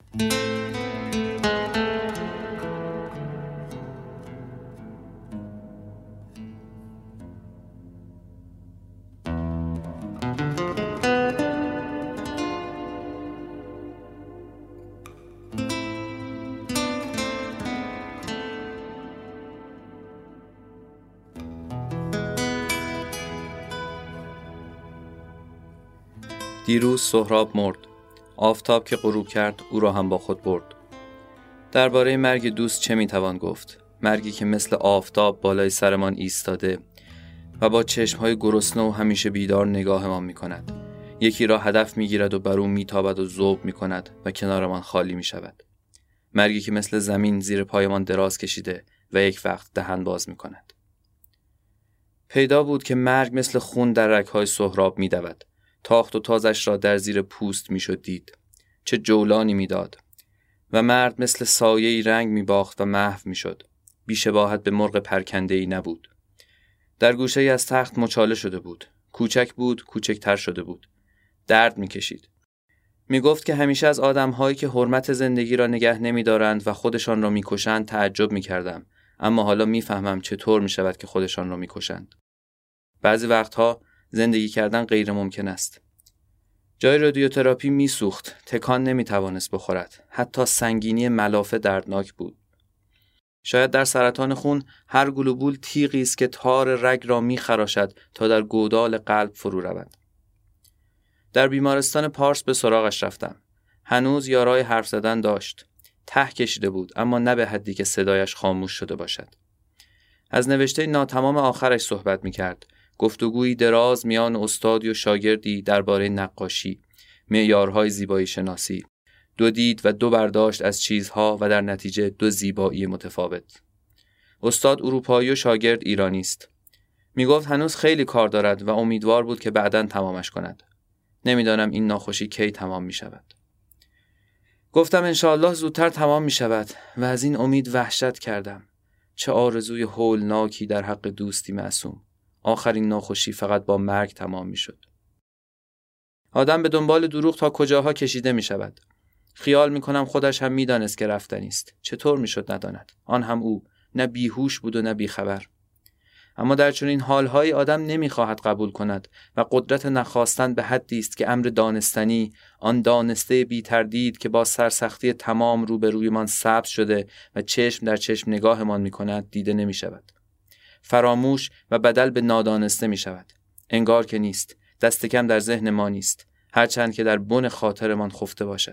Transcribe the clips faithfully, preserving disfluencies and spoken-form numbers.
دیروز سهراب مرد. آفتاب که غروب کرد او را هم با خود برد. درباره مرگ دوست چه میتوان گفت؟ مرگی که مثل آفتاب بالای سرمان ایستاده و با چشمهای گرسنه و همیشه بیدار نگاهمان میکند. یکی را هدف میگیرد و بر او میتابد و ذوب میکند و کنارمان خالی میشود. مرگی که مثل زمین زیر پایمان دراز کشیده و یک وقت دهن باز میکند. پیدا بود که مرگ مثل خون در رگ‌های سهراب میدود. تاخت و تازش را در زیر پوست میشد دید. چه جولانی میداد و مرد مثل سایه‌ای رنگ میباخت و محو میشد. بی‌شباهت به مرغ پرکنده‌ای نبود. در گوشه‌ای از تخت مچاله شده بود. کوچک بود، کوچکتر شده بود. درد میکشید. میگفت که همیشه از آدم‌هایی که حرمت زندگی را نگه نمی‌دارند و خودشان را میکشند تعجب میکردم، اما حالا میفهمم چطور میشود که خودشان را میکشند. بعضی وقتها زندگی کردن غیر ممکن است. جای رادیوتراپی میسوخت، تکان نمیتوانست بخورد. حتی سنگینی ملافه دردناک بود. شاید در سرطان خون هر گلوبول تیغی است که تار رگ را میخراشد تا در گودال قلب فرو رود. در بیمارستان پارس به سراغش رفتم. هنوز یارای حرف زدن داشت. ته کشیده بود، اما نه به حدی که صدایش خاموش شده باشد. از نوشته ناتمام آخرش صحبت میکرد. گفتگویی دراز میان استادی و شاگردی درباره نقاشی، معیارهای زیبایی شناسی، دو دید و دو برداشت از چیزها و در نتیجه دو زیبایی متفاوت. استاد اروپایی و شاگرد ایرانی است. میگفت هنوز خیلی کار دارد و امیدوار بود که بعداً تمامش کند. نمیدانم این ناخوشی کی تمام می شود. گفتم انشاءالله زودتر تمام می شود و از این امید وحشت کردم. چه آرزوی هولناکی در حق دوستی معصوم. آخرین ناخوشی فقط با مرگ تمام می شد. آدم به دنبال دروغ تا کجاها کشیده می شود. خیال می کنم خودش هم می دانست که رفتنی است. چطور می شد نداند؟ آن هم او، نه بیهوش بود و نه بیخبر. اما در چنین حالهای آدم نمی خواهد قبول کند و قدرت نخواستن به حدی است که امر دانستنی، آن دانسته بی تردید که با سرسختی تمام روبرویمان سبز شده و چشم در چشم نگاهمان می کند دیده نمی شود. فراموش و بدل به نادانسته می شود. انگار که نیست، دست کم در ذهن ما نیست، هرچند که در بن خاطرمان خفته باشد.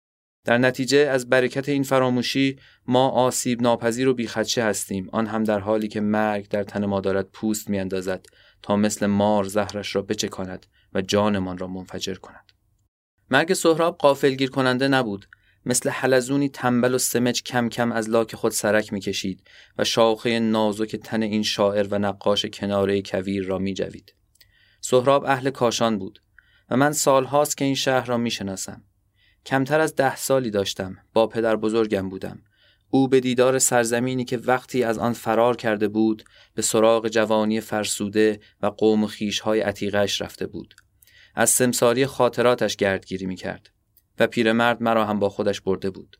در نتیجه از برکت این فراموشی ما آسیب ناپذیر و بیخدشه هستیم، آن هم در حالی که مرگ در تن ما دارد پوست می اندازد تا مثل مار زهرش را بچکاند و جانمان را منفجر کند. مرگ سهراب غافلگیر کننده نبود. مثل حلزونی تنبل و سمج کم کم از لاک خود سرک می کشید و شاخه نازک تن این شاعر و نقاش کناره کویر را می جوید. سهراب اهل کاشان بود و من سالهاست که این شهر را می شناسم. کمتر از ده سالی داشتم، با پدر بزرگم بودم. او به دیدار سرزمینی که وقتی از آن فرار کرده بود به سراغ جوانی فرسوده و قوم و خویش‌های عتیقه‌اش رفته بود. از سمساری خاطراتش گردگیری می کرد و پیرمرد مرا هم با خودش برده بود.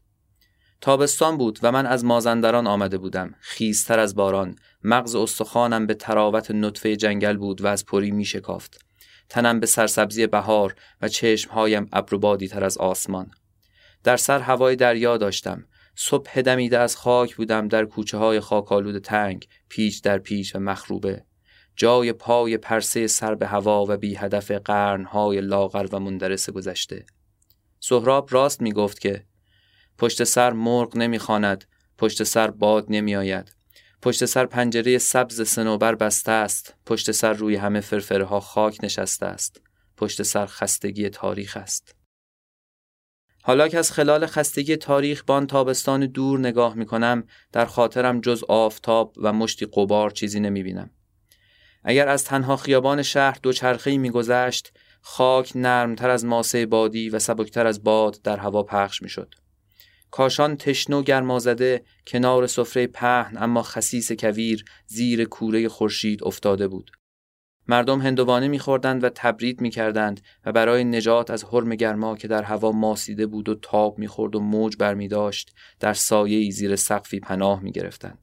تابستان بود و من از مازندران آمده بودم، خیزتر از باران. مغز استخوانم به تراوت نطفه جنگل بود و از پری می شکافت. تنم به سرسبزی بهار و چشمهایم ابر و بادی تر از آسمان. در سر هوای دریا داشتم. صبح دمیده از خاک بودم در کوچه های خاکالود تنگ، پیچ در پیچ و مخروبه. جای پای پرسه سر به هوا و بی هدف قرنهای لاغر و مندرس گذشته. سهراب راست می گفت که پشت سر مرغ نمی خواند، پشت سر باد نمی آید. پشت سر پنجره سبز صنوبر بسته است، پشت سر روی همه فرفره ها خاک نشسته است، پشت سر خستگی تاریخ است. حالا که از خلال خستگی تاریخ بان تابستان دور نگاه می کنم، در خاطرم جز آفتاب و مشتی غبار چیزی نمی بینم. اگر از تنها خیابان شهر دوچرخه‌ای می گذشت، خاک نرمتر از ماسه بادی و سبکتر از باد در هوا پخش می شد. کاشان تشنه و گرمازده کنار سفره پهن اما خسیس کویر زیر کوره خورشید افتاده بود. مردم هندوانه می‌خوردند و تبرید می‌کردند و برای نجات از حرم گرما که در هوا ماسیده بود و تاب می‌خورد و موج برمی‌داشت، در سایه‌ای زیر سقفی پناه می‌گرفتند.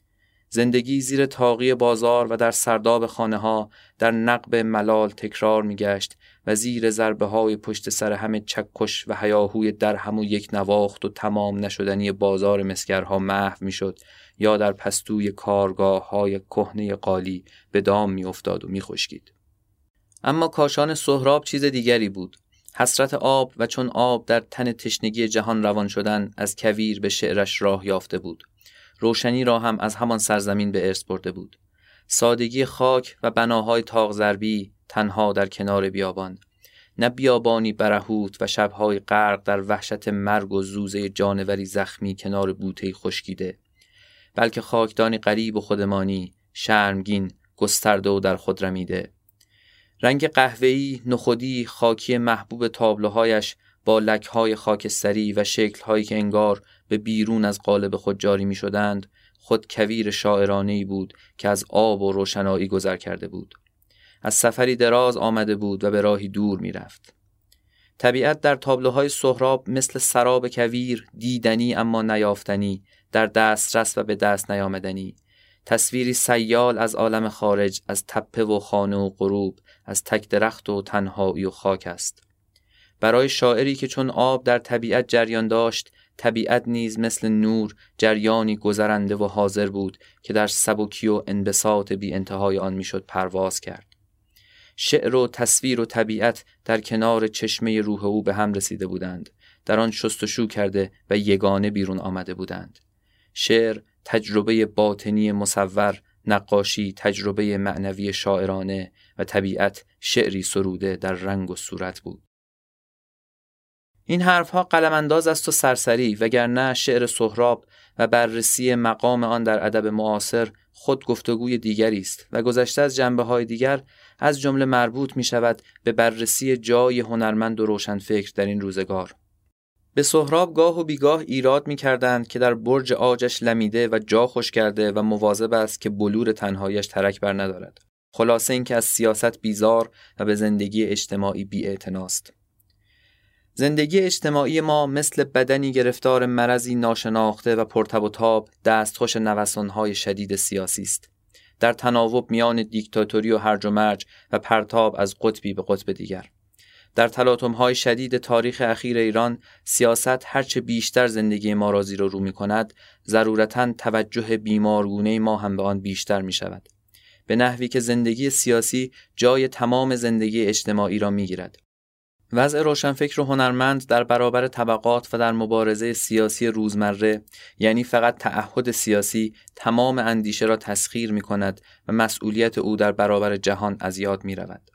زندگی زیر طاقی بازار و در سرداب خانه‌ها در نقب ملال تکرار می‌گشت و زیر ضربه‌های پشت سر همه چکش و هیاهوی درهم و یک نواخت و تمام نشدنی بازار مسگرها محو می‌شد یا در پستوی کارگاه‌های کهنه قالی به دام می‌افتاد و می‌خشکید. اما کاشان سهراب چیز دیگری بود. حسرت آب و چون آب در تن تشنگی جهان روان شدن از کویر به شعرش راه یافته بود. روشنی را هم از همان سرزمین به ارث برده بود. سادگی خاک و بناهای تاق ضربی تنها در کنار بیابان، نه بیابانی برهوت و شبهای غرق در وحشت مرگ و زوزه جانوری زخمی کنار بوته‌ای خشکیده، بلکه خاکدانی غریب و خودمانی، شرمگین، گسترده و در خود رمیده. رنگ قهوه‌ای، نخودی، خاکی محبوب تابلوهایش با لک‌های خاکستری و شکل‌هایی که انگار به بیرون از قالب خود جاری می‌شدند، خود کویر شاعرانه‌ای بود که از آب و روشنایی گذر کرده بود. از سفری دراز آمده بود و به راهی دور می‌رفت. طبیعت در تابلوهای سهراب مثل سراب کویر، دیدنی اما نیافتنی، در دسترس و به دست نیامدنی، تصویری سیال از عالم خارج، از تپه و خانه و غروب، از تک درخت و تنهایی و خاک است. برای شاعری که چون آب در طبیعت جریان داشت، طبیعت نیز مثل نور جریانی گذرنده و حاضر بود که در سبکی و انبساط بی انتهای آن میشد پرواز کرد. شعر و تصویر و طبیعت در کنار چشمه روح او به هم رسیده بودند، در آن شستشو کرده و یگانه بیرون آمده بودند. شعر تجربه باطنی مصور، نقاشی تجربه معنوی شاعرانه و طبیعت شعری سروده در رنگ و صورت بود. این حرفها قلم‌انداز است و سرسری، وگرنه شعر سهراب و بررسی مقام آن در ادب معاصر خود گفتگوی دیگری است و گذشته از جنبه‌های دیگر، از جمله مربوط می شود به بررسی جای هنرمند و روشنفکر در این روزگار. به سهراب گاه و بیگاه ایراد می کردند که در برج عاجش لمیده و جا خوش کرده و مواظب است که بلور تنهایش ترک بر ندارد. خلاصه این که از سیاست بیزار و به زندگی اجتماعی بی‌اعتناست. زندگی اجتماعی ما مثل بدنی گرفتار مرضی ناشناخته و پرتب و تاب دستخوش نوسان‌های شدید سیاسی است، در تناوب میان دیکتاتوری و هرج و مرج و پرتاب از قطبی به قطب دیگر. در تلاطم‌های شدید تاریخ اخیر ایران، سیاست هرچه بیشتر زندگی ما را زیر و رو می‌کند، ضرورتاً توجه بیمارگونه ما هم به آن بیشتر می‌شود، به نحوی که زندگی سیاسی جای تمام زندگی اجتماعی را می‌گیرد. وضع روشنفکر و هنرمند در برابر طبقات و در مبارزه سیاسی روزمره، یعنی فقط تعهد سیاسی، تمام اندیشه را تسخیر می‌کند و مسئولیت او در برابر جهان از یاد می‌رود.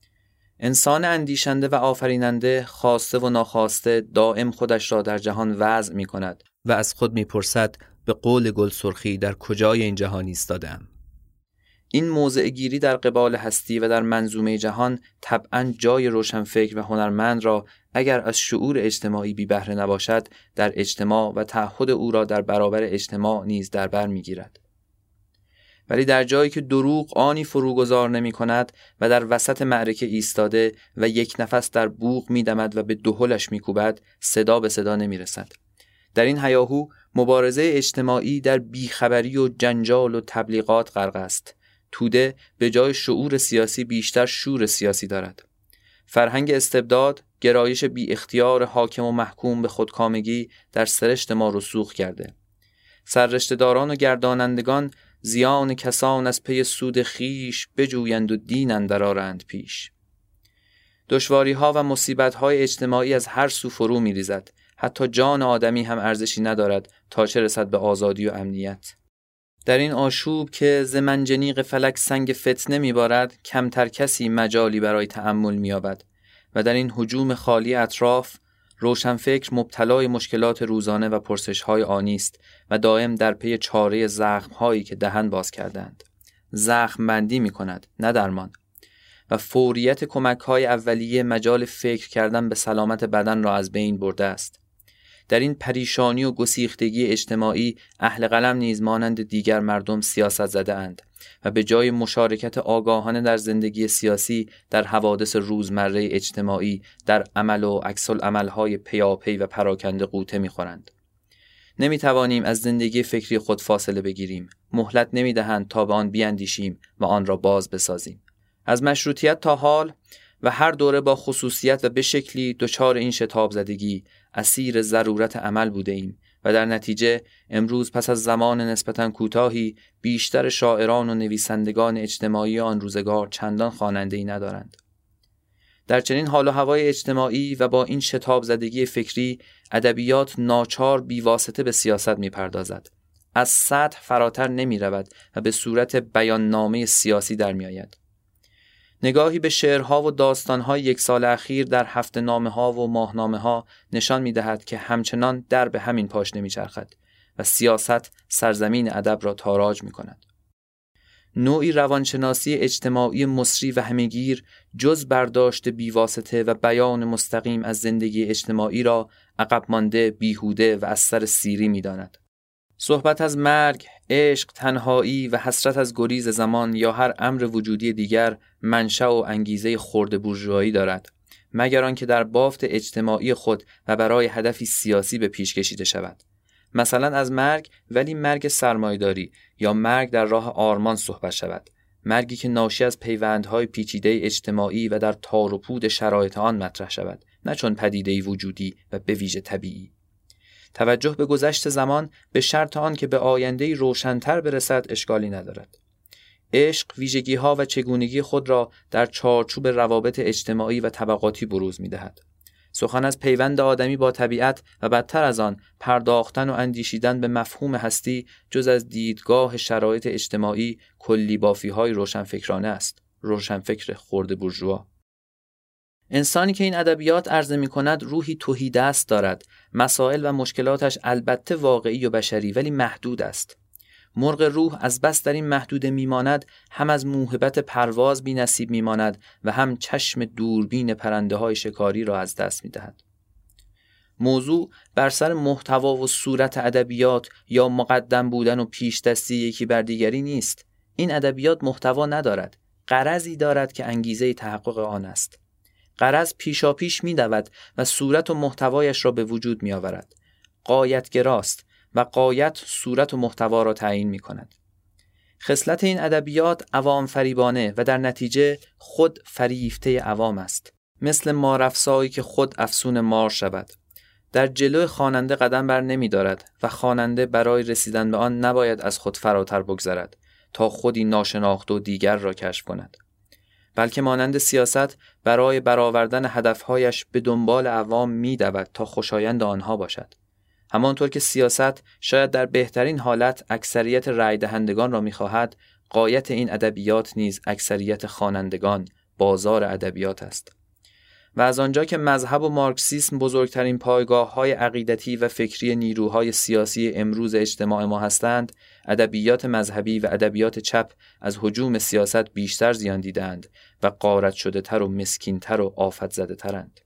انسان اندیشنده و آفریننده، خواسته و ناخواسته، دائم خودش را در جهان وضع می‌کند و از خود می‌پرسد به قول گل سرخی در کجای این جهان ایستاده‌ام. این موضع گیری در قبال هستی و در منظومه جهان طبعاً جای روشنفکر و هنرمند را اگر از شعور اجتماعی بی بهره نباشد، در اجتماع و تعهد او را در برابر اجتماع نیز در بر می‌گیرد. ولی در جایی که دروغ آنی فروگذار نمی کند و در وسط معرکه ایستاده و یک نفس در بوق می دمد و به دهلش می کوبد، صدا به صدا نمی رسد. در این هیاهو مبارزه اجتماعی در بیخبری و جنجال و تبلیغات غرق است. توده به جای شعور سیاسی بیشتر شور سیاسی دارد. فرهنگ استبداد، گرایش بی اختیار حاکم و محکوم به خودکامگی در سرشت ما رسوخ کرده. سررشته‌داران و گردانندگان زیان کسان از پی سود خیش بجویند و دین اندر آرند پیش. دشواری ها و مصیبت های اجتماعی از هر سو فرو می ریزد. حتی جان آدمی هم ارزشی ندارد تا چه رسد به آزادی و امنیت. در این آشوب که ز منجنیق فلک سنگ فتنه می بارد، کمتر کسی مجالی برای تأمل می یابد و در این هجوم خالی اطراف، روشنفکر مبتلای مشکلات روزانه و پرسش‌های آنی است و دائم در پی چاره زخم‌هایی که دهن باز کردند. زخم بندی می‌کند، نه درمان. و فوریت کمک‌های اولیه مجال فکر کردن به سلامت بدن را از بین برده است. در این پریشانی و گسیختگی اجتماعی اهل قلم نیز مانند دیگر مردم سیاست زده اند و به جای مشارکت آگاهانه در زندگی سیاسی در حوادث روزمره اجتماعی در عمل و عکس العمل‌های پیاپی و پراکنده غوطه می‌خورند. نمی‌توانیم از زندگی فکری خود فاصله بگیریم. مهلت نمی‌دهند تا به آن بیاندیشیم و آن را باز بسازیم. از مشروطیت تا حال و هر دوره با خصوصیت و به شکلی دچار این شتاب زدگی، اسیر ضرورت عمل بوده ایم و در نتیجه امروز پس از زمان نسبتاً کوتاهی بیشتر شاعران و نویسندگان اجتماعی آن روزگار چندان خواننده‌ای ندارند. در چنین حال و هوای اجتماعی و با این شتاب زدگی فکری، ادبیات ناچار بیواسطه به سیاست می‌پردازد. از سطح فراتر نمی‌رود و به صورت بیاننامه سیاسی در می‌آید. نگاهی به شعرها و داستانهای یک سال اخیر در هفته نامه ها و ماهنامه ها نشان می دهد که همچنان در به همین پاشنه می چرخد و سیاست سرزمین ادب را تاراج می کند. نوعی روانشناسی اجتماعی مصری و همگیر جز برداشت بیواسطه و بیان مستقیم از زندگی اجتماعی را عقب مانده، بیهوده و از سر سیری می داند. صحبت از مرگ، عشق، تنهایی و حسرت از گریز زمان یا هر امر وجودی دیگر منشأ و انگیزه خرد بورژوایی دارد، مگر آنکه در بافت اجتماعی خود و برای هدفی سیاسی به پیش کشیده شود. مثلا از مرگ، ولی مرگ سرمایه‌داری یا مرگ در راه آرمان صحبت شود، مرگی که ناشی از پیوندهای پیچیده اجتماعی و در تار و پود شرایط آن مطرح شود، نه چون پدیده‌ای وجودی و به ویژه طبیعی. توجه به گذشت زمان به شرط آن که به آینده‌ای روشن‌تر برسد اشکالی ندارد. عشق ویژگی‌ها و چگونگی خود را در چارچوب روابط اجتماعی و طبقاتی بروز می‌دهد. سخن از پیوند آدمی با طبیعت و بدتر از آن پرداختن و اندیشیدن به مفهوم هستی جز از دیدگاه شرایط اجتماعی کلی بافی‌های روشنفکرانه است. روشنفکر خرد بورژوا. انسانی که این ادبیات عرضه می‌کند روحی تهیدست دارد. مسائل و مشکلاتش البته واقعی و بشری ولی محدود است. مرغ روح از بس در این محدوده میماند، هم از موهبت پرواز بی نصیب میماند و هم چشم دوربین پرنده های شکاری را از دست میدهد. موضوع بر سر محتوا و صورت ادبیات یا مقدم بودن و پیش دستی یکی بر دیگری نیست. این ادبیات محتوا ندارد، غرضی دارد که انگیزه تحقق آن است. غرض پیشا پیش میدود و صورت و محتوایش را به وجود می آورد. غایت‌گراست و غایت صورت و محتوا را تعیین می کند. خصلت این ادبیات عوام فریبانه و در نتیجه خود فریفته عوام است. مثل مارافسایی که خود افسون مار شود. در جلو خواننده قدم بر نمی دارد و خواننده برای رسیدن به آن نباید از خود فراتر بگذرد تا خودی ناشناخته و دیگر را کشف کند. بلکه مانند سیاست برای برآوردن هدفهایش به دنبال عوام می دود تا خوشایند آنها باشد. همانطور که سیاست شاید در بهترین حالت اکثریت رای دهندگان را می خواهد، غایت این ادبیات نیز اکثریت خوانندگان، بازار ادبیات است. و از آنجا که مذهب و مارکسیسم بزرگترین پایگاه‌های عقیدتی و فکری نیروهای سیاسی امروز اجتماع ما هستند، ادبیات مذهبی و ادبیات چپ از هجوم سیاست بیشتر زیان دیدند و غارت شده تر و مسکین تر و آفت زده ترند.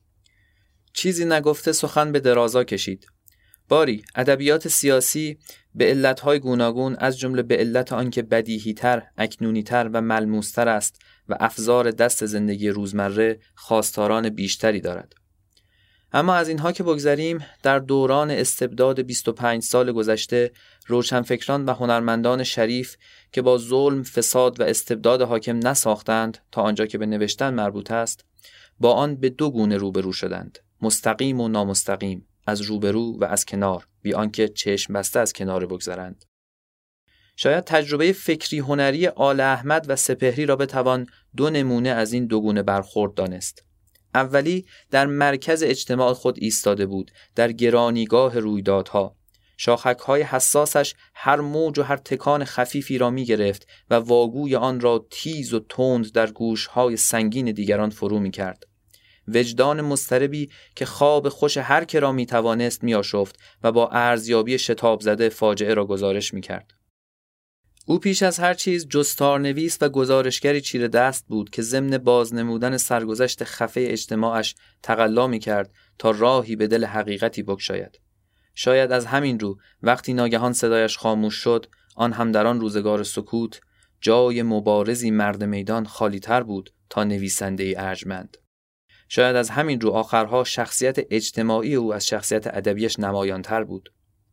چیزی نگفته سخن به درازا کشید. باری ادبیات سیاسی به علتهای گوناگون از جمله به علت آنکه بدیهی‌تر، اکنونی‌تر و ملموس‌تر است و افزار دست زندگی روزمره خواستاران بیشتری دارد. اما از اینها که بگذریم، در دوران استبداد بیست و پنج سال گذشته روشنفکران و هنرمندان شریف که با ظلم، فساد و استبداد حاکم نساختند تا آنجا که به نوشتن مربوط است، با آن به دو گونه روبرو شدند، مستقیم و نامستقیم، از روبرو و از کنار، بی آنکه چشم بسته از کنار بگذرند. شاید تجربه فکری هنری آل احمد و سپهری را بتوان دو نمونه از این دو گونه برخورد دانست. اولی در مرکز اجتماع خود ایستاده بود، در گرانیگاه رویدادها. شاخک‌های حساسش هر موج و هر تکان خفیفی را می گرفت و واگوی آن را تیز و تند در گوش‌های سنگین دیگران فرو می کرد. وجدان مضطربی که خواب خوش هر که را می توانست می آشفت و با ارزیابی شتاب زده فاجعه را گزارش می کرد. او پیش از هر چیز جستارنویس و گزارشگری چیره دست بود که ضمن بازنمودن سرگذشت خفه اجتماعش تقلا می‌کرد تا راهی به دل حقیقتی بگشاید. شاید از همین رو وقتی ناگهان صدایش خاموش شد، آن هم در آن روزگار سکوت، جای مبارزی مرد میدان خالی‌تر بود تا نویسنده‌ای ارجمند. شاید از همین رو آخرها شخصیت اجتماعی او از شخصیت ادبیش نمایان‌تر بود.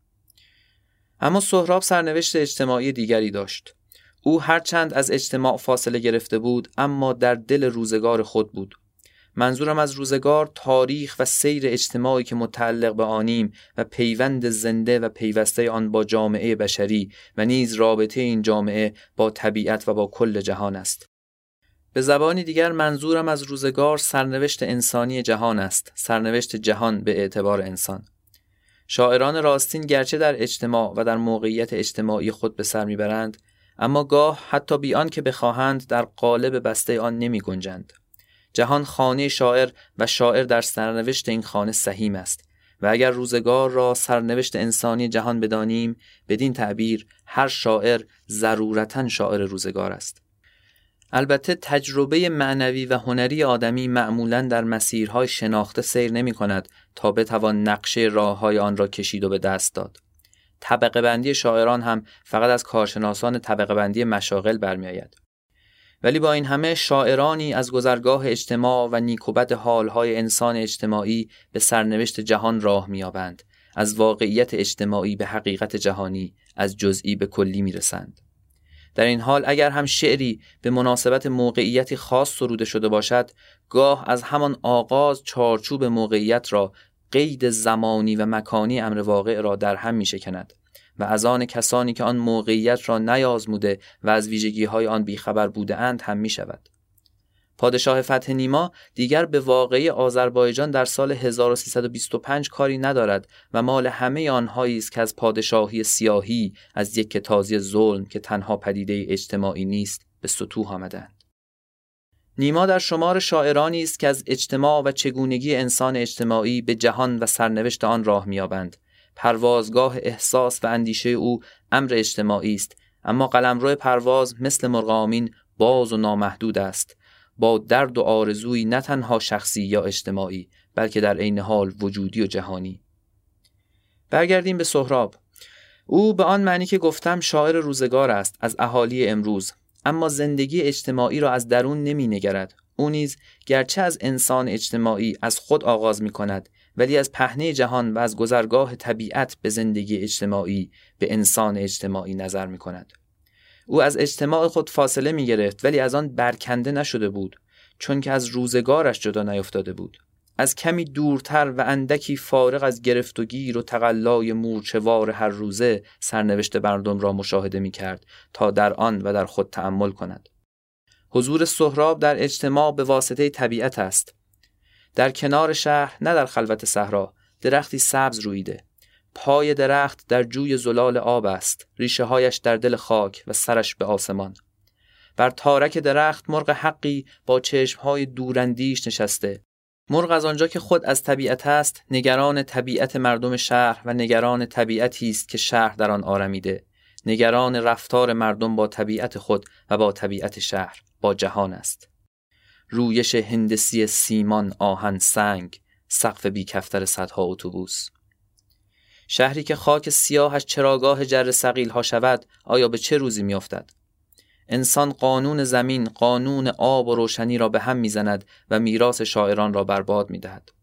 اما سهراب سرنوشت اجتماعی دیگری داشت. او هرچند از اجتماع فاصله گرفته بود، اما در دل روزگار خود بود. منظورم از روزگار تاریخ و سیر اجتماعی که متعلق به آنیم و پیوند زنده و پیوسته آن با جامعه بشری و نیز رابطه این جامعه با طبیعت و با کل جهان است. به زبانی دیگر منظورم از روزگار سرنوشت انسانی جهان است، سرنوشت جهان به اعتبار انسان. شاعران راستین گرچه در اجتماع و در موقعیت اجتماعی خود به سر میبرند، اما گاه حتی بی آن که بخواهند در قالب بسته آن نمی گنجند. جهان خانه شاعر و شاعر در سرنوشت این خانه سهیم است و اگر روزگار را سرنوشت انسانی جهان بدانیم، بدین تعبیر هر شاعر ضرورتاً شاعر روزگار است. البته تجربه معنوی و هنری آدمی معمولاً در مسیرهای شناخته سیر نمی کند تا بتوان نقشه راههای آن را کشید و به دست داد. طبقه بندی شاعران هم فقط از کارشناسان طبقه بندی مشاغل برمی آید. ولی با این همه شاعرانی از گذرگاه اجتماع و نیکوبد حالهای انسان اجتماعی به سرنوشت جهان راه می یابند، از واقعیت اجتماعی به حقیقت جهانی، از جزئی به کلی می رسند. در این حال اگر هم شعری به مناسبت موقعیتی خاص سروده شده باشد، گاه از همان آغاز چارچوب موقعیت را، قید زمانی و مکانی امر واقع را در هم می شکند و از آن کسانی که آن موقعیت را نیازموده و از ویژگی‌های آن بیخبر بوده اند هم می شود. پادشاه فتح نیما دیگر به واقعه آذربایجان در سال هزار و سیصد و بیست و پنج کاری ندارد و مال همه آنهایی است که از پادشاهی سیاهی، از یک تازی ظلم که تنها پدیده اجتماعی نیست، به سطوح آمدند. نیما در شمار شاعرانی است که از اجتماع و چگونگی انسان اجتماعی به جهان و سرنوشت آن راه می‌یابند. پروازگاه احساس و اندیشه او امر اجتماعی است، اما قلمرو پرواز مثل مرغ آمین باز و نامحدود است، با درد و آرزویی نه تنها شخصی یا اجتماعی، بلکه در عین حال وجودی و جهانی. برگردیم به سهراب. او به آن معنی که گفتم شاعر روزگار است، از اهالی امروز، اما زندگی اجتماعی را از درون نمی نگرد. او نیز گرچه از انسان اجتماعی از خود آغاز می کند، ولی از پهنه جهان و از گذرگاه طبیعت به زندگی اجتماعی، به انسان اجتماعی نظر می کند. او از اجتماع خود فاصله می گرفت، ولی از آن برکنده نشده بود، چون که از روزگارش جدا نیفتاده بود. از کمی دورتر و اندکی فارغ از گرفت و گیر و تقلای مورچه‌وار هر روزه سرنوشت مردم را مشاهده می کرد تا در آن و در خود تأمل کند. حضور سهراب در اجتماع به واسطه طبیعت است. در کنار شهر، نه در خلوت صحرا، درختی سبز رویده. پای درخت در جوی زلال آب است، ریشه هایش در دل خاک و سرش به آسمان. بر تارک درخت مرغ حقی با چشمهای دوراندیش نشسته. مرغ از آنجا که خود از طبیعت است، نگران طبیعت مردم شهر و نگران طبیعتی است که شهر در آن آرمیده. نگران رفتار مردم با طبیعت خود و با طبیعت شهر، با جهان است. رویش هندسی سیمان آهن سنگ، سقف بی کفتر صدها اتوبوس. شهری که خاک سیاهش چراگاه جر ثقیل ها شود، آیا به چه روزی می افتد؟ انسان قانون زمین، قانون آب و روشنی را به هم می زند و میراث شاعران را برباد می دهد.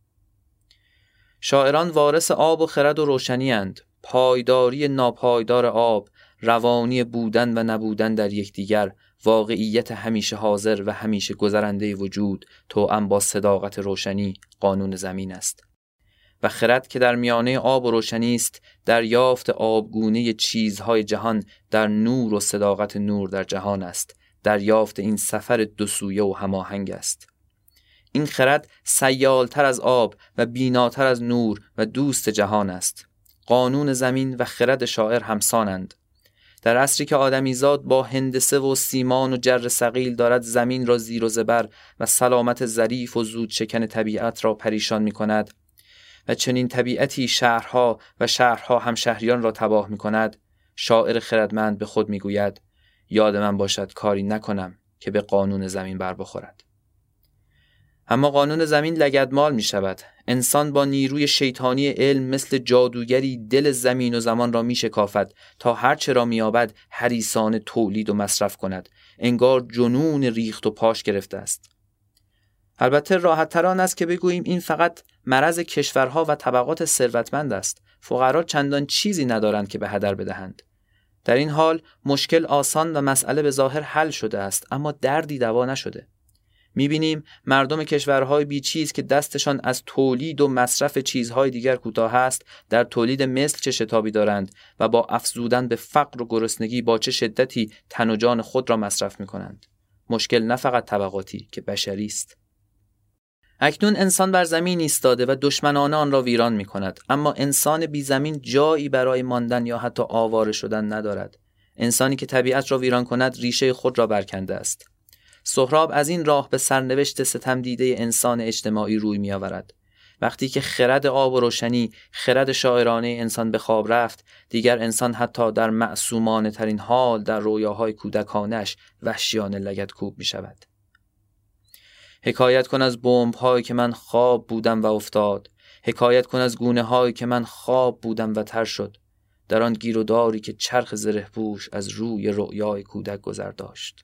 شاعران وارث آب و خرد و روشنی اند. پایداری ناپایدار آب، روانی بودن و نبودن در یکدیگر، واقعیت همیشه حاضر و همیشه گذرنده وجود، توأم با صداقت روشنی، قانون زمین است. و خرد که در میانه آب و روشنی است، دریافت آبگونه چیزهای جهان در نور و صداقت نور در جهان است. دریافت این سفر دو سویه و هماهنگ است. این خرد سیالتر از آب و بیناتر از نور و دوست جهان است. قانون زمین و خرد شاعر همسانند. در عصری که آدمیزاد با هندسه و سیمان و جر ثقیل دارد زمین را زیر و زبر و سلامت ظریف و زود شکن طبیعت را پریشان می کند و چنین طبیعتی شهرها و شهرها هم شهریان را تباه می کند، شاعر خردمند به خود می گوید یاد من باشد کاری نکنم که به قانون زمین بر بخورد. اما قانون زمین لگدمال می شود. انسان با نیروی شیطانی علم مثل جادوگری دل زمین و زمان را می شکافد تا هرچه را می یابد حریصانه تولید و مصرف کند. انگار جنون ریخت و پاش گرفته است. البته راحت تر آن است که بگوییم این فقط مرض کشورها و طبقات ثروتمند است. فقرا چندان چیزی ندارند که به هدر بدهند. در این حال مشکل آسان و مسئله به ظاهر حل شده است، اما دردی دوا نشده. می‌بینیم مردم کشورهای بیچیز که دستشان از تولید و مصرف چیزهای دیگر کوتاه است، در تولید مثل چه شتابی دارند و با افزودن به فقر و گرسنگی با چه شدتی تن و جان خود را مصرف می‌کنند. مشکل نه فقط طبقاتی که بشری است. اکنون انسان بر زمین ایستاده و دشمنانه آن را ویران می‌کند، اما انسان بی زمین جایی برای ماندن یا حتی آواره شدن ندارد. انسانی که طبیعت را ویران کند ریشه خود را برکنده است. سهراب از این راه به سرنوشت ستم دیده انسان اجتماعی روی می آورد. وقتی که خرد آب و روشنی، خرد شاعرانه انسان به خواب رفت، دیگر انسان حتی در معصومانه ترین حال در رویاهای کودکانش وحشیانه لگدکوب می شود. حکایت کن از بمب هایی که من خواب بودم و افتاد، حکایت کن از گونه هایی که من خواب بودم و تر شد، در آن گیر و داری که چرخ زره پوش از روی رؤیای کودک گذر داشت.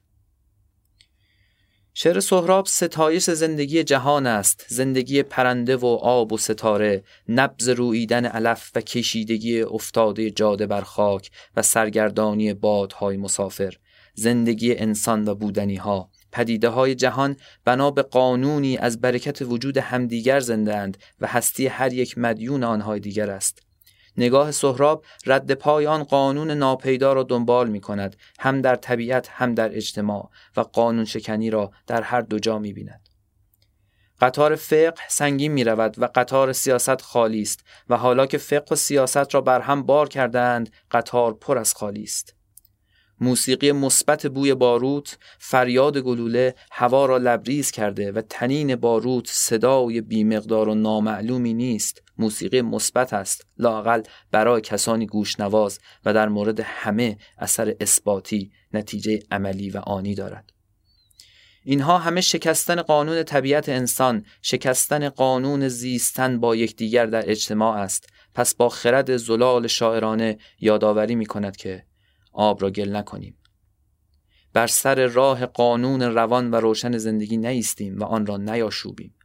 شعر سهراب ستایش زندگی جهان است، زندگی پرنده و آب و ستاره، نبض روییدن علف و کشیدگی افتاده جاده بر خاک و سرگردانی بادهای مسافر، زندگی انسان و بودنی ها. پدیده های جهان بنا به قانونی از برکت وجود همدیگر زنده اند و هستی هر یک مدیون آنهای دیگر است. نگاه سهراب رد پای آن قانون ناپیدا را دنبال می کند، هم در طبیعت هم در اجتماع، و قانون شکنی را در هر دو جا می بیند. قطار فقه سنگین می رود و قطار سیاست خالی است، و حالا که فقه و سیاست را بر هم بار کردند، قطار پر از خالی است. موسیقی مثبت بوی باروت، فریاد گلوله هوا را لبریز کرده و تنین باروت صدای بی‌مقدار و نامعلومی نیست. موسیقی مثبت است، لااقل برای کسانی گوشنواز، و در مورد همه اثر اثباتی، نتیجه عملی و آنی دارد. اینها همه شکستن قانون طبیعت انسان، شکستن قانون زیستن با یکدیگر در اجتماع است. پس با خرد زلال شاعرانه یادآوری می کند که آب را گل نکنیم. بر سر راه قانون روان و روشن زندگی نیستیم و آن را نیاشوبیم.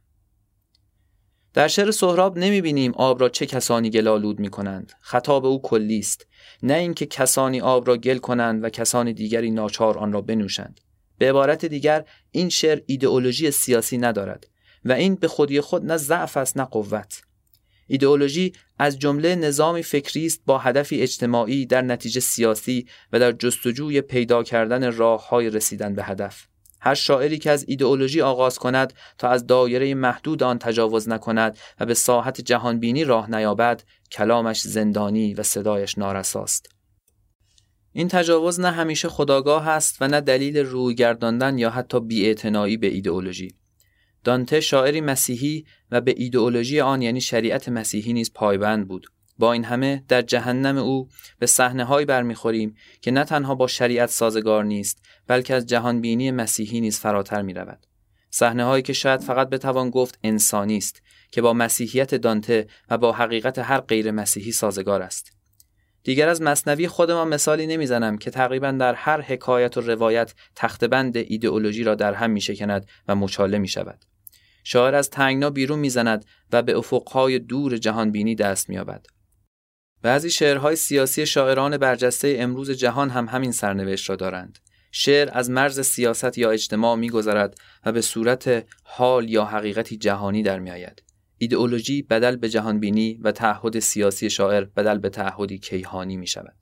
در شعر سهراب نمی بینیم آب را چه کسانی گل‌آلود می کنند. خطاب او کلی است، نه اینکه کسانی آب را گل کنند و کسانی دیگری ناچار آن را بنوشند. به عبارت دیگر این شعر ایدئولوژی سیاسی ندارد و این به خودی خود نه ضعف است نه قوت. ایدئولوژی از جمله نظامی فکری است با هدفی اجتماعی در نتیجه سیاسی و در جستجوی پیدا کردن راه‌های رسیدن به هدف. هر شاعری که از ایدئولوژی آغاز کند تا از دایره محدود آن تجاوز نکند و به ساحت جهانبینی راه نیابد، کلامش زندانی و صدایش نارساست. این تجاوز نه همیشه خودآگاه است و نه دلیل روی گرداندن یا حتی بی‌اعتنایی به ایدئولوژی. دانته شاعری مسیحی و به ایدئولوژی آن یعنی شریعت مسیحی نیز پایبند بود. با این همه در جهنم او به صحنه‌هایی برمیخوریم که نه تنها با شریعت سازگار نیست، بلکه از جهانبینی مسیحی نیز فراتر می‌رود. صحنه‌هایی که شاید فقط بتوان گفت انسانی است، که با مسیحیت دانته و با حقیقت هر غیر مسیحی سازگار است. دیگر از مثنوی خودمان مثالی نمیزنم که تقریباً در هر حکایت و روایت تختبند ایدئولوژی را در هم میشکند و مچاله میشود. شاعر از تنگنا بیرون میزند و به افقهای دور جهانبینی دست مییابد. بعضی شعرهای سیاسی شاعران برجسته امروز جهان هم همین سرنوشت را دارند. شعر از مرز سیاست یا اجتماع میگذرد و به صورت حال یا حقیقتی جهانی در میآید. ایدئولوژی بدل به جهانبینی و تعهد سیاسی شاعر بدل به تعهدی کیهانی می شود.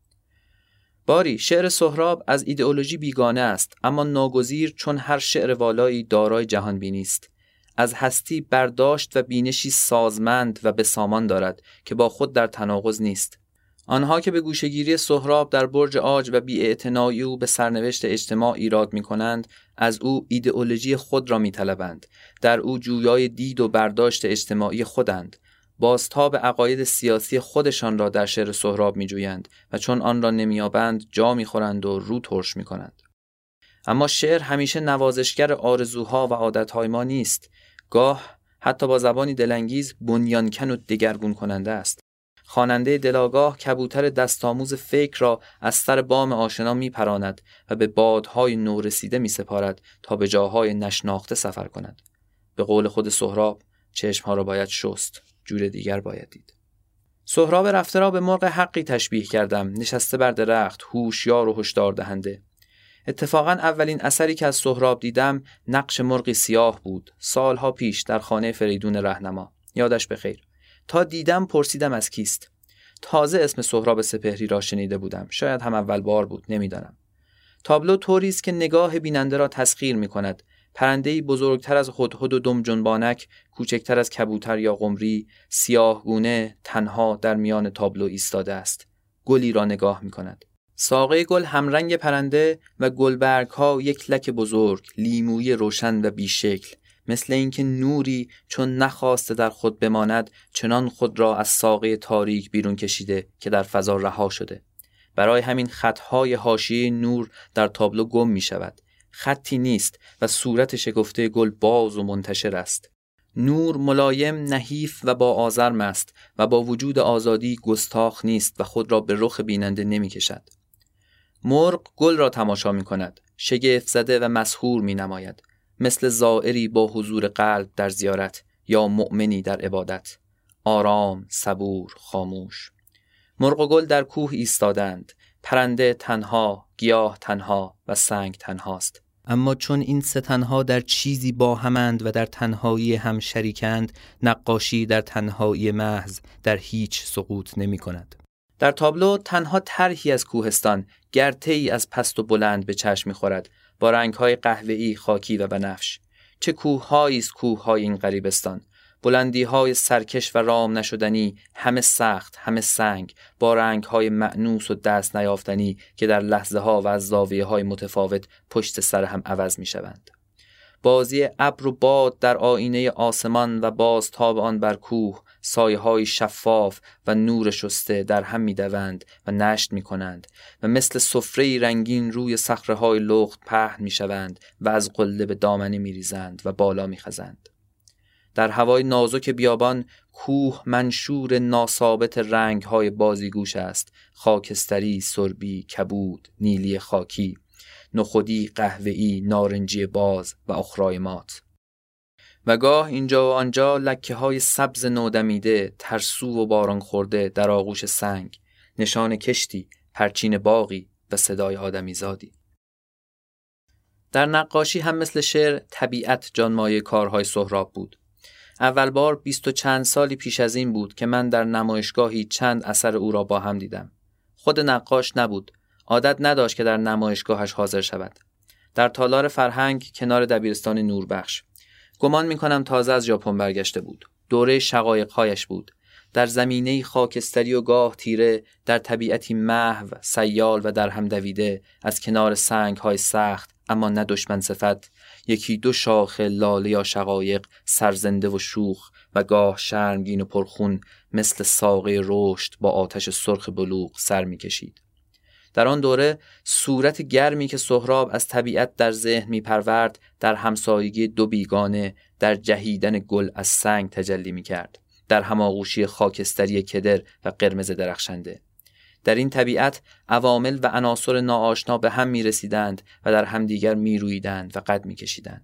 باری شعر سهراب از ایدئولوژی بیگانه است، اما ناگزیر چون هر شعر والایی دارای جهانبینی است. از هستی برداشت و بینشی سازمند و بسامان دارد که با خود در تناقض نیست. آنها که به گوشه‌گیری سهراب در برج عاج و بی‌اعتنایی او به سرنوشت اجتماع ایراد می‌کنند، از او ایدئولوژی خود را می‌طلبند. در او جویای دید و برداشت اجتماعی خودند. بازتاب عقاید سیاسی خودشان را در شعر سهراب می‌جویند و چون آن را نمی‌یابند جا می‌خورند و رو ترش می‌کنند. اما شعر همیشه نوازشگر آرزوها و عادتهای ما نیست. گاه حتی با زبانی دلانگیز بنیانکن و دگرگون کننده است. خواننده دلاگاه کبوتر دستآموز فکر را از سر بام آشنا میپراند و به بادهای نورسیده میسپارد تا به جاهای نشناخته سفر کند. به قول خود سهراب، چشمها را باید شست، جور دیگر باید دید. سهراب رفته را به مرغ حقی تشبیه کردم، نشسته بر درخت، هوشیار و هشدار دهنده. اتفاقاً اولین اثری که از سهراب دیدم نقش مرغی سیاه بود، سالها پیش در خانه فریدون رهنما، یادش بخیر. تا دیدم پرسیدم از کیست. تازه اسم سهراب سپهری را شنیده بودم، شاید هم اول بار بود، نمیدانم. تابلو طوری است که نگاه بیننده را تسخیر می کند. پرنده‌ای بزرگتر از هدهد و دم جنبانک، کوچکتر از کبوتر یا قمری، سیاهگونه تنها در میان تابلو ایستاده است. گلی را نگاه می کند. ساقه گل همرنگ پرنده و گلبرگ‌ها یک لک بزرگ، لیمویی روشن و بیشکل، مثل اینکه نوری چون نخواسته در خود بماند چنان خود را از ساقه تاریک بیرون کشیده که در فضا رها شده. برای همین خطهای حاشیه نور در تابلو گم می شود. خطی نیست و صورت شکفته گل باز و منتشر است. نور ملایم، نحیف و با آزرم است و با وجود آزادی گستاخ نیست و خود را به رخ بیننده نمی کشد. مرغ گل را تماشا می کند، شگفت زده و مسحور می نماید، مثل زائری با حضور قلب در زیارت یا مؤمنی در عبادت، آرام، صبور، خاموش. مرغ و گل در کوه ایستادند، پرنده تنها، گیاه تنها و سنگ تنهاست. اما چون این سه تنها در چیزی با همند و در تنهایی هم شریکند، نقاشی در تنهایی محض در هیچ سقوط نمی کند. در تابلو تنها طرحی از کوهستان، گرته‌ای از پست و بلند به چشم می‌خورد، با رنگ‌های قهوه‌ای، خاکی و بنفش. چه کوه‌هایی است کوه‌های این غریبستان، بلندی‌های سرکش و رام نشدنی، همه سخت، همه سنگ، با رنگ‌های مأنوس و دست نیافتنی که در لحظه‌ها و از زاویه‌های متفاوت پشت سر هم عوض می‌شوند. بازی ابر و باد در آینه آسمان و بازتاب آن بر کوه، سایه‌های شفاف و نور شسته در هم می‌دوند و نشت می‌کنند و مثل سفره‌ای رنگین روی صخره‌های لخت پهن می‌شوند و از قله به دامنه می‌ریزند و بالا می‌خزند. در هوای نازک بیابان کوه منشور ناثابت رنگ‌های بازیگوش است، خاکستری، سربی، کبود، نیلی خاکی، نخودی، قهوه‌ای، نارنجی باز و اخرای مات. و گاه اینجا و آنجا لکه‌های سبز نودمیده، ترسو و باران خورده در آغوش سنگ، نشان کشتی، پرچین باغی و صدای آدمیزادی. در نقاشی هم مثل شعر، طبیعت جانمایه کارهای سهراب بود. اول بار بیست و چند سالی پیش از این بود که من در نمایشگاهی چند اثر او را با هم دیدم. خود نقاش نبود، عادت نداشت که در نمایشگاهش حاضر شود. در تالار فرهنگ کنار دبیرستان نوربخش. گمان می‌کنم تازه از ژاپن برگشته بود. دوره شقایق‌هایش بود. در زمینه‌ای خاکستری و گاه تیره، در طبیعتی محو، سیال و در هم دویده، از کنار سنگ‌های سخت اما نه دشمن صفت، یکی دو شاخه لاله یا شقایق سرزنده و شوخ و گاه شرمگین و پرخون مثل ساقه رشد با آتش سرخ بلوغ سر می‌کشید. در آن دوره صورت گرمی که سهراب از طبیعت در ذهن می‌پرورد، در همسایگی دو بیگانه، در جهیدن گل از سنگ تجلی می‌کرد، در هماغوشی خاکستری کدر و قرمز درخشنده. در این طبیعت عوامل و عناصر ناآشنا به هم می‌رسیدند و در همدیگر می‌رویدند و قد می‌کشیدند.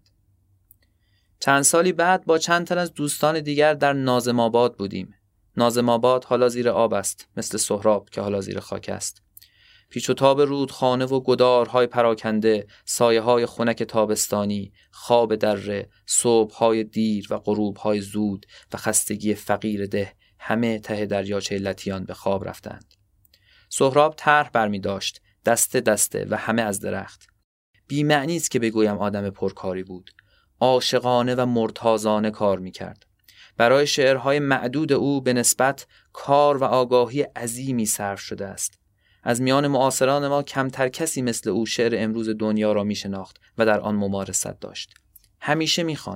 چند سالی بعد با چند تن از دوستان دیگر در ناظم آباد بودیم. ناظم آباد حالا زیر آب است، مثل سهراب که حالا زیر خاک است. پیچ و تاب رودخانه و گدارهای پراکنده، سایه‌های خنک تابستانی، خواب دره، صبح‌های دیر و غروب‌های زود و خستگی فقیر ده، همه ته دریاچه لطیان به خواب رفتند. سهراب طرح برمی داشت، دسته دسته و همه از درخت. بی معنی است که بگویم آدم پرکاری بود. عاشقانه و مرتازانه کار می کرد. برای شعرهای معدود او به نسبت کار و آگاهی عظیمی صرف شده است. از میان معاصران ما کمتر کسی مثل او شعر امروز دنیا را می شناخت و در آن ممارست داشت. همیشه می خواند،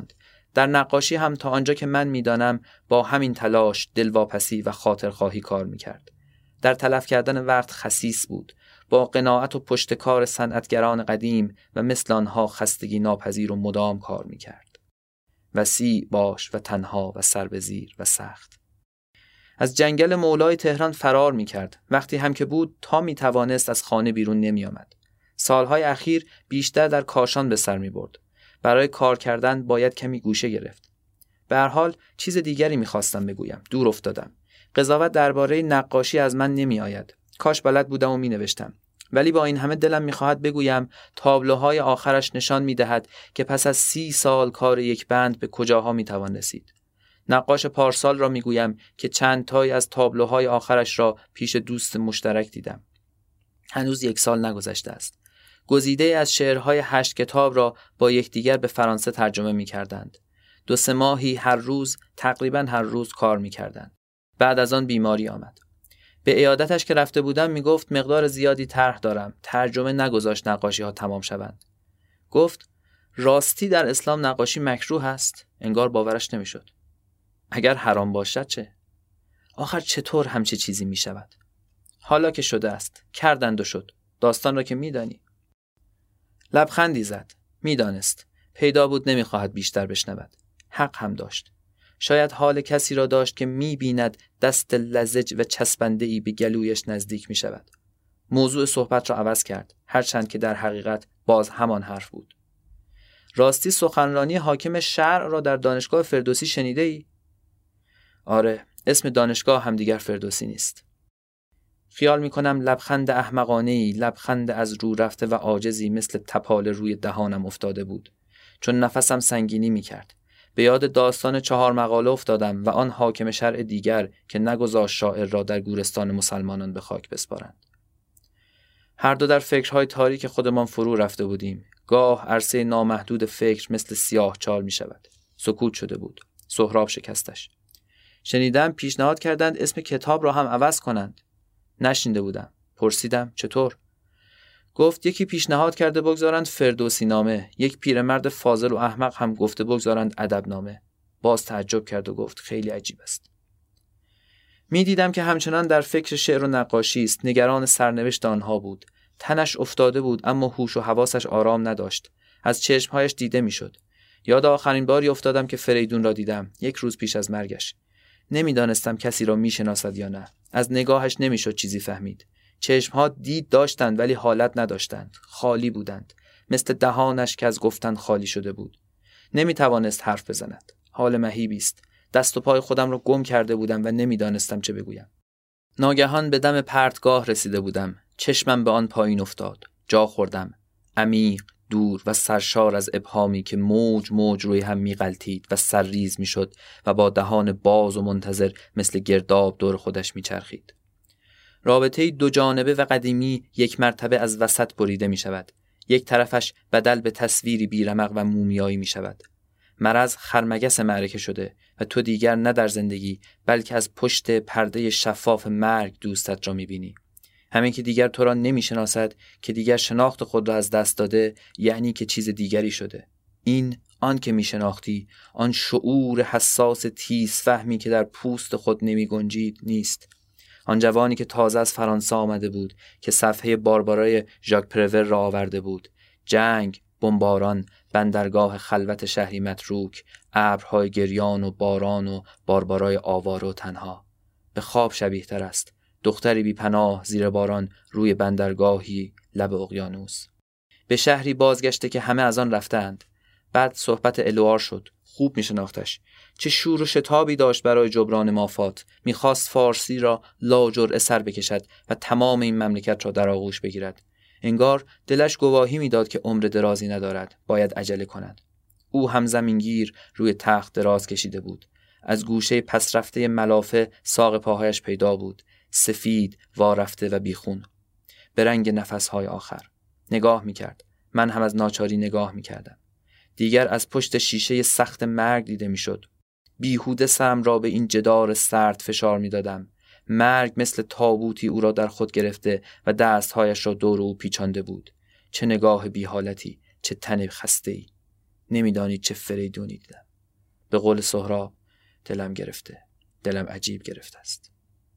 در نقاشی هم تا آنجا که من میدانم با همین تلاش، دلواپسی و خاطرخواهی کار میکرد. در تلف کردن وقت خسیس بود، با قناعت و پشتکار صنعتگران قدیم و مثل آنها خستگی ناپذیر و مدام کار میکرد. وسیع باش و تنها و سر به زیر و سخت. از جنگل مولای تهران فرار میکرد. وقتی هم که بود تا میتوانست از خانه بیرون نمیآمد. سالهای اخیر بیشتر در کاشان به سر میبرد. برای کار کردن باید کمی گوشه گرفت. به هر حال چیز دیگری میخواستم بگویم. دور افتادم. قضاوت درباره نقاشی از من نمیآید. کاش بلد بودم و مینوشتم. ولی با این همه دلم میخواهد بگویم تابلوهای آخرش نشان میدهد که پس از سی سال کار یک بند به کجاها میتوان رسید. نقاش پارسال را میگویم که چند تای از تابلوهای آخرش را پیش دوست مشترک دیدم. هنوز یک سال نگذشته است. گزیده از شعرهای هشت کتاب را با یکدیگر به فرانسه ترجمه می‌کردند. دو سه ماهی هر روز، تقریباً هر روز کار می‌کردند. بعد از آن بیماری آمد. به عیادتش که رفته بودم میگفت مقدار زیادی طرح دارم. ترجمه نگذاشت نقاشی‌ها تمام شوند. گفت راستی در اسلام نقاشی مکروه است. انگار باورش نمی‌شد. اگر حرام باشد چه؟ آخر چطور همچه چیزی می‌شود؟ حالا که شده است، کردند و شد. داستان را که می‌دانی. لبخندی زد. میدانست. پیدا بود نمیخواهد بیشتر بشنود. حق هم داشت. شاید حال کسی را داشت که میبیند دست لزج و چسبنده‌ای به گلویش نزدیک میشود. موضوع صحبت را عوض کرد، هرچند که در حقیقت باز همان حرف بود. راستی سخنرانی حاکم شرع را در دانشگاه فردوسی شنیده ای؟ آره، اسم دانشگاه هم دیگر فردوسی نیست. خیال میکنم لبخند احمقانه‌ای، لبخند از رو رفته و عاجزی مثل تپال روی دهانم افتاده بود. چون نفسم سنگینی میکرد. به یاد داستان چهار مقاله افتادم و آن حاکم شرع دیگر که نگذاشت شاعر را در گورستان مسلمانان به خاک بسپارند. هر دو در فکرهای تاریک خودمان فرو رفته بودیم. گاه عرصه نامحدود فکر مثل سیاه چال میشود. سکوت شده بود. سهراب شکستش. شنیدم پیشنهاد کردند اسم کتاب را هم عوض کنند. نشنیده بودم. پرسیدم چطور؟ گفت یکی پیشنهاد کرده بگذارند فردوسی نامه، یک پیرمرد فاضل و احمق هم گفته بگذارند ادب نامه. باز تعجب کرد و گفت خیلی عجیب است. می دیدم که همچنان در فکر شعر و نقاشی است. نگران سرنوشت آنها بود. تنش افتاده بود اما هوش و حواسش آرام نداشت. از چشمهایش دیده می شد. یاد آخرین باری افتادم که فریدون را دیدم، یک روز پیش از مرگش. نمیدانستم کسی را میشناسد یا نه. از نگاهش نمیشد چیزی فهمید. چشمها دید داشتند ولی حالت نداشتند. خالی بودند. مثل دهانش که از گفتن خالی شده بود. نمیتوانست حرف بزند. حال مهیبی است. دست و پای خودم را گم کرده بودم و نمیدانستم چه بگویم. ناگهان به دم پرتگاه رسیده بودم. چشمم به آن پایین افتاد. جا خوردم. عمیق، دور و سرشار از ابهامی که موج موج روی هم میغلطید و سرریز میشد و با دهان باز و منتظر مثل گرداب دور خودش میچرخید. رابطه دو جانبه و قدیمی یک مرتبه از وسط بریده می شود. یک طرفش بدل به تصویری بیرمق و مومیایی می شود. مرض خرمگس معرکه شده و تو دیگر نه در زندگی بلکه از پشت پرده شفاف مرگ دوستت را می بینی. همین که دیگر تو را نمی شناسد، که دیگر شناخت خود را از دست داده، یعنی که چیز دیگری شده. این آن که می شناختی، آن شعور حساس تیز فهمی که در پوست خود نمی گنجید نیست. آن جوانی که تازه از فرانسه آمده بود، که صفحه باربارای ژاک پرور را آورده بود. جنگ، بمباران، بندرگاه خلوت شهری متروک، ابرهای گریان و باران و باربارای آواره و تنها. به خواب شبیه تر است. دختری بی پناه زیر باران روی بندرگاهی لب اقیانوس. به شهری بازگشته که همه از آن رفتند. بعد صحبت الوار شد. خوب می شناختش. چه شور و شتابی داشت برای جبران مافات. میخواست فارسی را لاجرعه سر بکشد و تمام این مملکت را در آغوش بگیرد. انگار دلش گواهی میداد که عمر درازی ندارد. باید عجله کند. او هم زمینگیر روی تخت دراز کشیده بود. از گوشه پس رفته ملافه ساق پاهایش پیدا بود. سفید، وارفته و بیخون. به رنگ نفسهای آخر. نگاه میکرد. من هم از ناچاری نگاه میکردم. دیگر از پشت شیشه سخت مرگ دیده میشد. بیهوده سرم را به این جدار سرد فشار میدادم. مرگ مثل تابوتی او را در خود گرفته و دستهایش را دور او پیچانده بود. چه نگاه بی حالتی، چه تن خسته‌ای. نمیدانید چه فریدونی دیدم. به قول سهراب دلم گرفته، دلم عجیب گرفته است.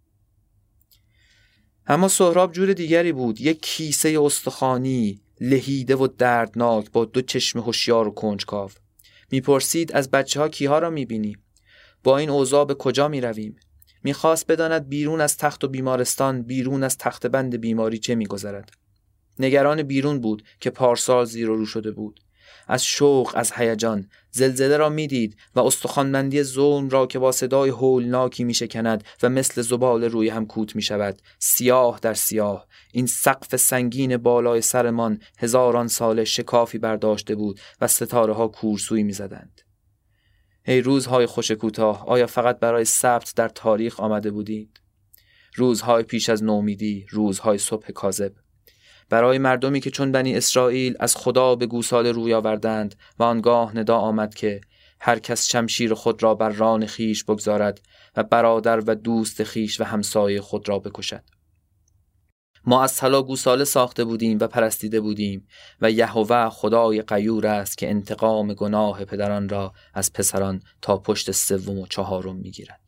اما سهراب جور دیگری بود، یک کیسه استخوانی لهیده و دردناک با دو چشم هوشیار و کنجکاو. میپرسید از بچه ها کیها را میبینی؟ با این اوضاع به کجا میرویم؟ میخواست بداند بیرون از تخت و بیمارستان، بیرون از تخت بند بیماری چه میگذرد. نگران بیرون بود که پارسال زیر و رو شده بود. از شوق، از هیجان، زلزله را میدید و استخوانمندی ظلم را که با صدای هولناکی میشکند و مثل زباله روی هم کوت میشود، سیاه در سیاه. این سقف سنگین بالای سرمان هزاران سال شکافی برداشته بود و ستاره ها کورسوی میزدند. ای روزهای خوش کوتاه، آیا فقط برای ثبت در تاریخ آمده بودید؟ روزهای پیش از نومیدی، روزهای صبح کاذب. برای مردمی که چون بنی اسرائیل از خدا به گوساله روی آوردند و آنگاه ندا آمد که هر کس شمشیر خود را بر ران خیش بگذارد و برادر و دوست خیش و همسایه خود را بکشد. ما از طلا گوساله ساخته بودیم و پرستیده بودیم و یهوه خدای غیور است که انتقام گناه پدران را از پسران تا پشت سوم و چهارم میگیرد.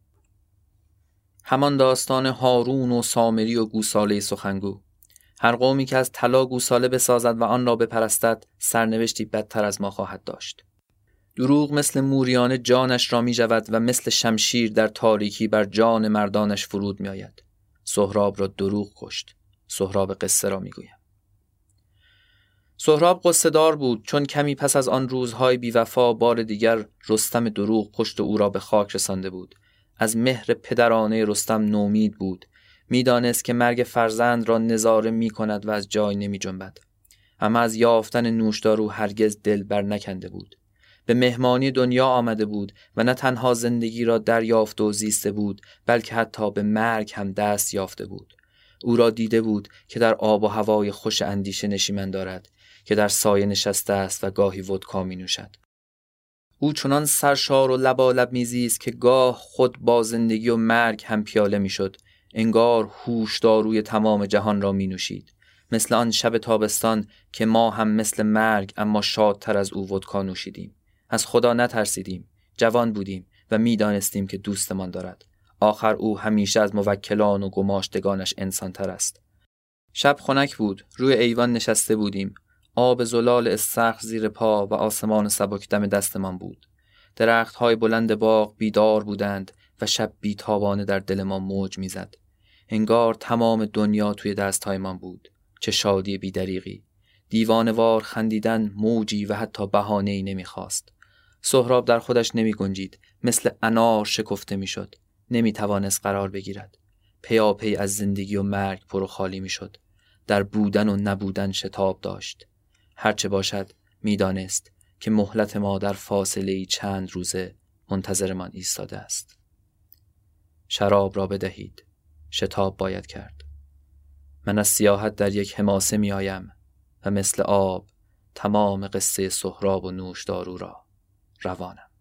همان داستان هارون و سامری و گوساله سخنگو. هر قومی که از طلا گوساله بسازد و آن را بپرستد، سرنوشتی بدتر از ما خواهد داشت. دروغ مثل موریانه جانش را می جود و مثل شمشیر در تاریکی بر جان مردانش فرود می آید. سهراب را دروغ کشت. سهراب قصه را می گویم. سهراب قصه دار بود، چون کمی پس از آن روزهای بیوفا بار دیگر رستم دروغ کشت و او را به خاک رسانده بود. از مهر پدرانه رستم نومید بود. میدانست که مرگ فرزند را نظاره می کند و از جای نمی جنبد. اما از یافتن نوشدارو هرگز دل بر نکنده بود. به مهمانی دنیا آمده بود و نه تنها زندگی را دریافت و زیسته بود، بلکه حتی به مرگ هم دست یافته بود. او را دیده بود که در آب و هوای خوش اندیشه نشیمن دارد، که در سایه نشسته است و گاهی ودکا می نوشد. او چنان سرشار و لبالب میزیست که گاه خود با زندگی و مرگ هم پیاله می شد. انگار هوش داروی تمام جهان را می نوشید. مثل آن شب تابستان که ما هم مثل مرگ اما شادتر از او ودکا نوشیدیم. از خدا نترسیدیم. جوان بودیم و می دانستیم که دوستمان دارد. آخر او همیشه از موکلان و گماشتگانش انسان تر است. شب خنک بود. روی ایوان نشسته بودیم. آب زلال استخر زیر پا و آسمان سبک دم دستمان بود. درخت‌های بلند باغ بیدار بودند و شب بیتابانه در دل ما موج میزد. انگار تمام دنیا توی دست‌هایمان بود. چه شادی بی‌دریغی. دیوانه‌وار خندیدن موجی و حتی بهانه‌ای نمی‌خواست. سهراب در خودش نمی‌گنجید. مثل انار شکفته می‌شد. نمی‌توانست قرار بگیرد. پیاپی از زندگی و مرگ پر و خالی می‌شد. در بودن و نبودن شتاب داشت. هرچه باشد می‌دانست که مهلت ما در فاصله‌ای چند روزه منتظرمان ایستاده است. شراب را بدهید. شتاب باید کرد. من از سیاحت در یک حماسه می آیم و مثل آب تمام قصه سهراب و نوشدارو را روانم.